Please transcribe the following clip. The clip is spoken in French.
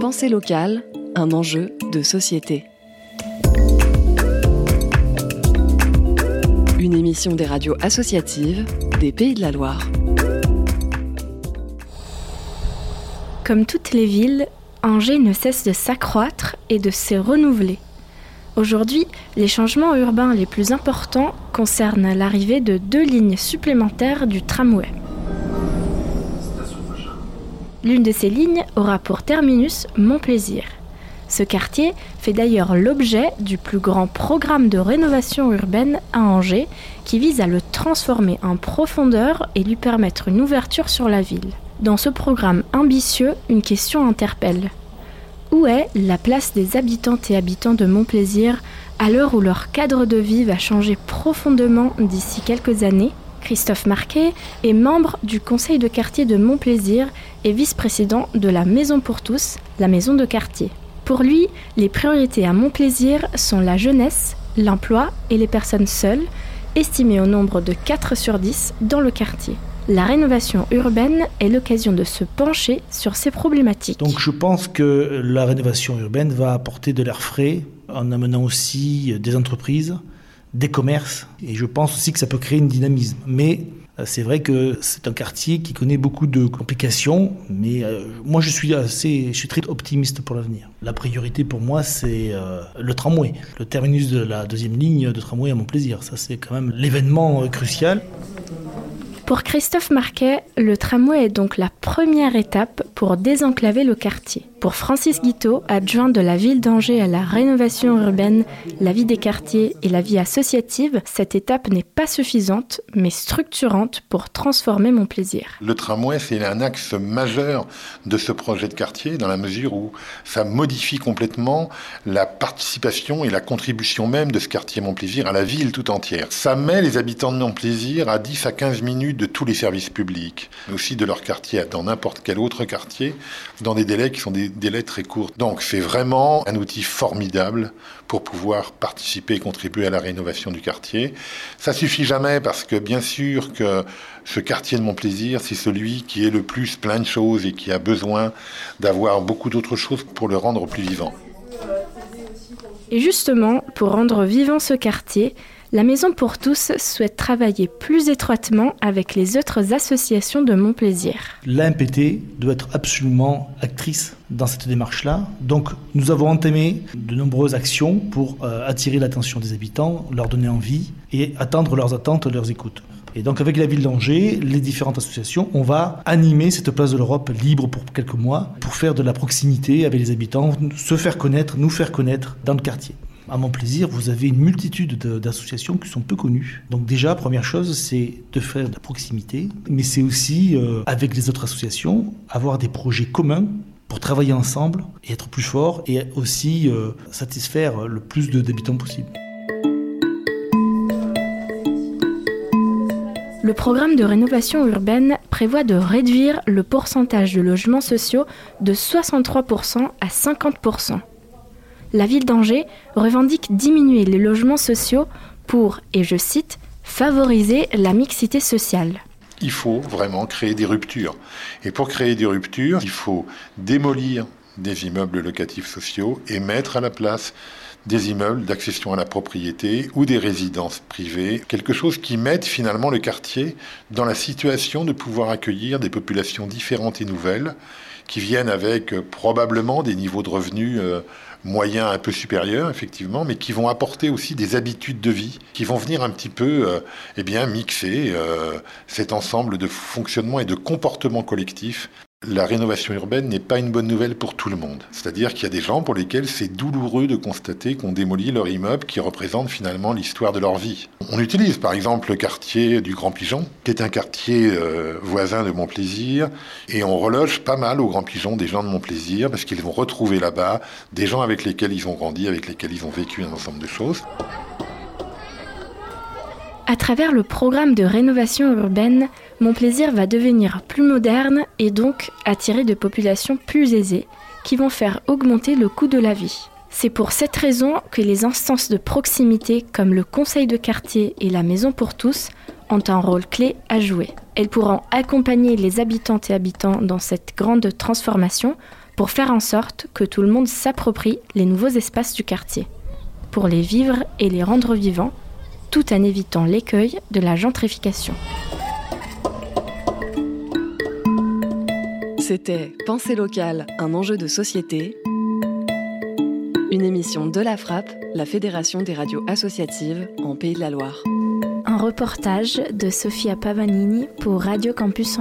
Pensée locale, un enjeu de société. Une émission des radios associatives des Pays de la Loire. Comme toutes les villes, Angers ne cesse de s'accroître et de se renouveler. Aujourd'hui, les changements urbains les plus importants concernent l'arrivée de 2 lignes supplémentaires du tramway. L'une de ces lignes aura pour terminus Montplaisir. Ce quartier fait d'ailleurs l'objet du plus grand programme de rénovation urbaine à Angers qui vise à le transformer en profondeur et lui permettre une ouverture sur la ville. Dans ce programme ambitieux, une question interpelle. Où est la place des habitantes et habitants de Montplaisir à l'heure où leur cadre de vie va changer profondément d'ici quelques années ? Christophe Marquet est membre du conseil de quartier de Montplaisir et vice-président de la Maison pour tous, la maison de quartier. Pour lui, les priorités à Montplaisir sont la jeunesse, l'emploi et les personnes seules, estimées au nombre de 4 sur 10 dans le quartier. La rénovation urbaine est l'occasion de se pencher sur ces problématiques. Donc je pense que la rénovation urbaine va apporter de l'air frais en amenant aussi des entreprises, des commerces, et je pense aussi que ça peut créer une dynamisme. Mais c'est vrai que c'est un quartier qui connaît beaucoup de complications, mais moi je suis très optimiste pour l'avenir. La priorité pour moi c'est le tramway, le terminus de la 2e ligne de tramway à Montplaisir. Ça c'est quand même l'événement crucial. Pour Christophe Marquet, le tramway est donc la première étape pour désenclaver le quartier. Pour Francis Guiteau, adjoint de la ville d'Angers à la rénovation urbaine, la vie des quartiers et la vie associative, cette étape n'est pas suffisante, mais structurante pour transformer Montplaisir. Le tramway, c'est un axe majeur de ce projet de quartier, dans la mesure où ça modifie complètement la participation et la contribution même de ce quartier Montplaisir à la ville tout entière. Ça met les habitants de Montplaisir à 10 à 15 minutes de tous les services publics, mais aussi de leur quartier dans n'importe quel autre quartier, dans des délais qui sont des délais très courts. Donc c'est vraiment un outil formidable pour pouvoir participer et contribuer à la rénovation du quartier. Ça suffit jamais parce que bien sûr que ce quartier de Montplaisir, c'est celui qui est le plus plein de choses et qui a besoin d'avoir beaucoup d'autres choses pour le rendre plus vivant. Et justement, pour rendre vivant ce quartier, la Maison pour tous souhaite travailler plus étroitement avec les autres associations de Montplaisir. L'AMPT doit être absolument actrice dans cette démarche-là. Donc nous avons entamé de nombreuses actions pour attirer l'attention des habitants, leur donner envie et attendre leurs attentes, leurs écoutes. Et donc avec la ville d'Angers, les différentes associations, on va animer cette place de l'Europe libre pour quelques mois pour faire de la proximité avec les habitants, se faire connaître, nous faire connaître dans le quartier. À Montplaisir, vous avez une multitude d'associations qui sont peu connues. Donc déjà, première chose, c'est de faire de la proximité, mais c'est aussi, avec les autres associations, avoir des projets communs pour travailler ensemble et être plus forts et aussi satisfaire le plus d'habitants possible. Le programme de rénovation urbaine prévoit de réduire le pourcentage de logements sociaux de 63% à 50%. La ville d'Angers revendique diminuer les logements sociaux pour, et je cite, « favoriser la mixité sociale ». Il faut vraiment créer des ruptures. Et pour créer des ruptures, il faut démolir des immeubles locatifs sociaux et mettre à la place des immeubles d'accession à la propriété ou des résidences privées, quelque chose qui mette finalement le quartier dans la situation de pouvoir accueillir des populations différentes et nouvelles qui viennent avec probablement des niveaux de revenus moyens un peu supérieurs, effectivement, mais qui vont apporter aussi des habitudes de vie, qui vont venir un petit peu mixer cet ensemble de fonctionnement et de comportements collectifs. La rénovation urbaine n'est pas une bonne nouvelle pour tout le monde. C'est-à-dire qu'il y a des gens pour lesquels c'est douloureux de constater qu'on démolit leur immeuble qui représente finalement l'histoire de leur vie. On utilise par exemple le quartier du Grand Pigeon, qui est un quartier voisin de Montplaisir, et on reloge pas mal au Grand Pigeon des gens de Montplaisir parce qu'ils vont retrouver là-bas des gens avec lesquels ils ont grandi, avec lesquels ils ont vécu un ensemble de choses. À travers le programme de rénovation urbaine, Montplaisir va devenir plus moderne et donc attirer de populations plus aisées qui vont faire augmenter le coût de la vie. C'est pour cette raison que les instances de proximité comme le conseil de quartier et la Maison pour tous ont un rôle clé à jouer. Elles pourront accompagner les habitantes et habitants dans cette grande transformation pour faire en sorte que tout le monde s'approprie les nouveaux espaces du quartier, pour les vivre et les rendre vivants, tout en évitant l'écueil de la gentrification. C'était Pensée locale, un enjeu de société. Une émission de la FRAPP, la Fédération des radios associatives en Pays de la Loire. Un reportage de Sofia Pavanini pour Radio Campus